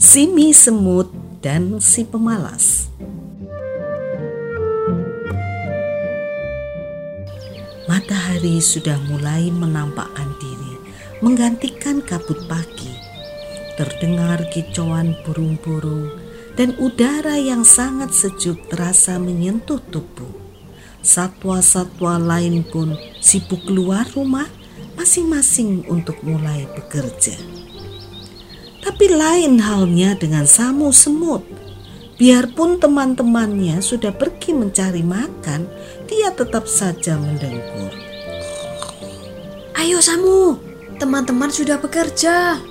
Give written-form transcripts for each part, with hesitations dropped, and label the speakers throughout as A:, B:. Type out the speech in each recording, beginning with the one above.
A: Simi Semut dan si Pemalas. Matahari sudah mulai menampakkan diri, menggantikan kabut pagi. Terdengar kicauan burung-burung dan udara yang sangat sejuk terasa menyentuh tubuh. Satwa-satwa lain pun sibuk keluar rumah masing-masing untuk mulai bekerja. Tapi lain halnya dengan Samu Semut. Biarpun teman-temannya sudah pergi mencari makan, dia tetap saja mendengkur.
B: Ayo Samu, teman-teman sudah bekerja.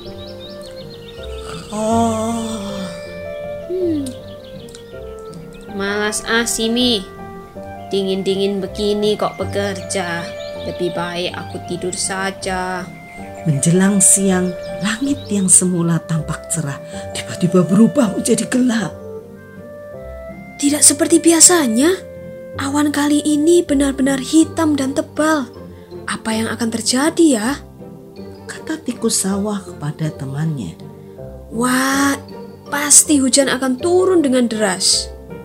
C: Malas Simi. Dingin-dingin begini kok bekerja. Lebih baik aku tidur saja.
A: Menjelang siang, langit yang semula tampak cerah tiba-tiba berubah menjadi gelap.
B: Tidak seperti biasanya. Awan kali ini benar-benar hitam dan tebal. Apa yang akan terjadi ya?
A: Kata tikus sawah kepada temannya.
B: Wah, pasti hujan akan turun dengan deras.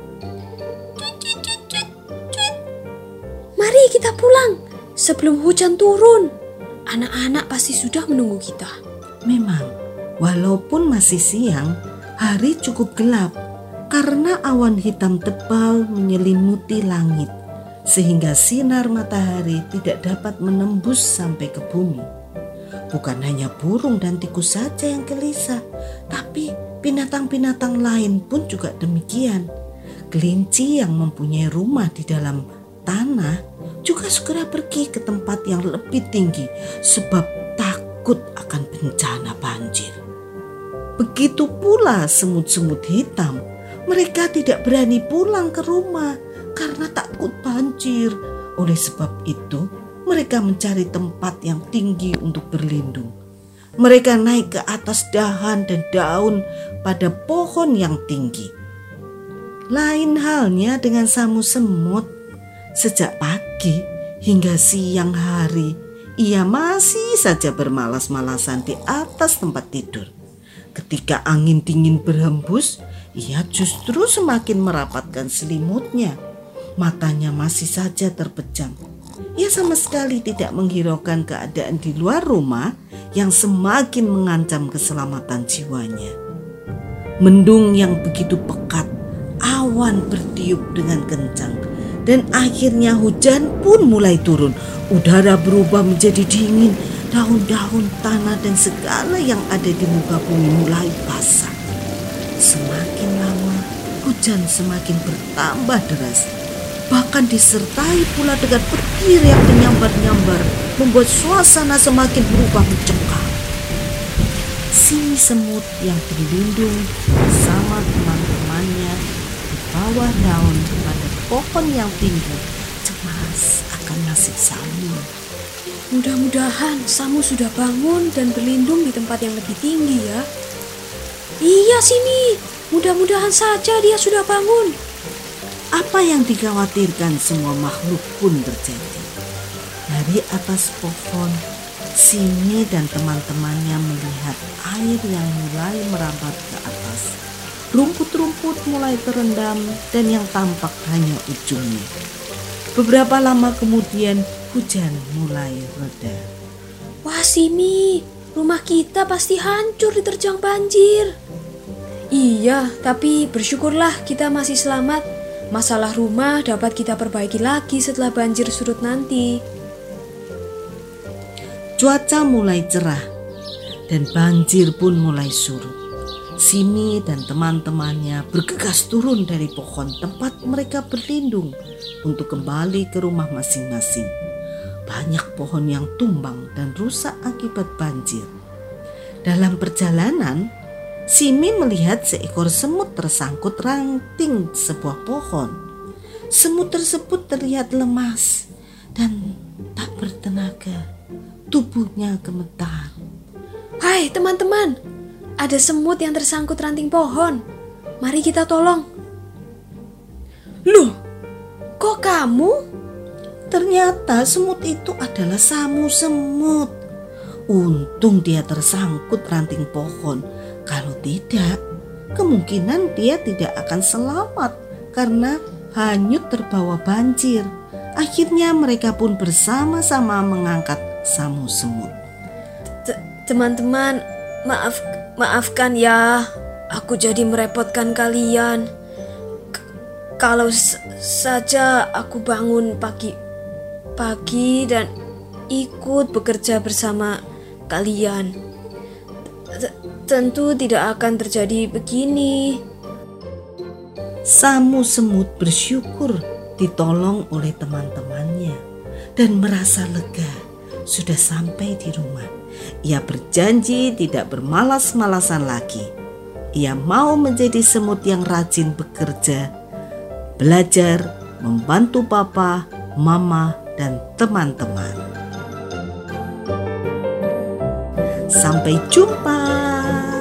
B: Mari kita pulang sebelum hujan turun. Anak-anak pasti sudah menunggu kita.
A: Memang, walaupun masih siang, hari cukup gelap karena awan hitam tebal menyelimuti langit, sehingga sinar matahari tidak dapat menembus sampai ke bumi. Bukan hanya burung dan tikus saja yang gelisah, tapi binatang-binatang lain pun juga demikian. Kelinci yang mempunyai rumah di dalam tanah juga segera pergi ke tempat yang lebih tinggi sebab takut akan bencana banjir. Begitu pula semut-semut hitam, mereka tidak berani pulang ke rumah karena takut banjir. Oleh sebab itu, mereka mencari tempat yang tinggi untuk berlindung. Mereka naik ke atas dahan dan daun pada pohon yang tinggi. Lain halnya dengan Samu Semut. Sejak pagi hingga siang hari, ia masih saja bermalas-malasan di atas tempat tidur. Ketika angin dingin berhembus, ia justru semakin merapatkan selimutnya. Matanya masih saja terpejam. Ia sama sekali tidak menghiraukan keadaan di luar rumah yang semakin mengancam keselamatan jiwanya. Mendung yang begitu pekat, awan bertiup dengan kencang, dan akhirnya hujan pun mulai turun. Udara berubah menjadi dingin, daun-daun, tanah dan segala yang ada di muka bumi mulai basah. Semakin lama, hujan semakin bertambah deras. Bahkan disertai pula dengan petir yang menyambar-nyambar, membuat suasana semakin berubah mencekam. Simi Semut yang berlindung bersama teman-temannya di bawah daun pada pohon yang tinggi, cemas akan nasib Samu.
B: Mudah-mudahan Samu sudah bangun dan berlindung di tempat yang lebih tinggi ya. Iya Simi, mudah-mudahan saja dia sudah bangun.
A: Apa yang dikhawatirkan semua makhluk pun terjadi. Dari atas pohon, Simi dan teman-temannya melihat air yang mulai merambat ke atas. Rumput-rumput mulai terendam dan yang tampak hanya ujungnya. Beberapa lama kemudian hujan mulai reda.
B: Wah Simi, rumah kita pasti hancur diterjang banjir. Iya, tapi bersyukurlah kita masih selamat. Masalah rumah dapat kita perbaiki lagi setelah banjir surut nanti.
A: Cuaca mulai cerah dan banjir pun mulai surut. Simi dan teman-temannya bergegas turun dari pohon tempat mereka berlindung untuk kembali ke rumah masing-masing. Banyak pohon yang tumbang dan rusak akibat banjir. Dalam perjalanan, Simi melihat seekor semut tersangkut ranting sebuah pohon. Semut tersebut terlihat lemas dan tak bertenaga. Tubuhnya gemetar.
B: Hai teman-teman, ada semut yang tersangkut ranting pohon. Mari kita tolong. Loh, kok kamu?
A: Ternyata semut itu adalah Samu Semut. Untung dia tersangkut ranting pohon. Kalau tidak, kemungkinan dia tidak akan selamat karena hanyut terbawa banjir. Akhirnya mereka pun bersama-sama mengangkat Samu semut.
B: Teman-teman, maafkan ya, aku jadi merepotkan kalian. Kalau saja aku bangun pagi dan ikut bekerja bersama kalian, tentu tidak akan terjadi begini.
A: Samu semut bersyukur ditolong oleh teman-temannya dan merasa lega sudah sampai di rumah. Ia berjanji tidak bermalas-malasan lagi. Ia mau menjadi semut yang rajin bekerja, belajar, membantu papa, mama, dan teman-teman. Sampai jumpa.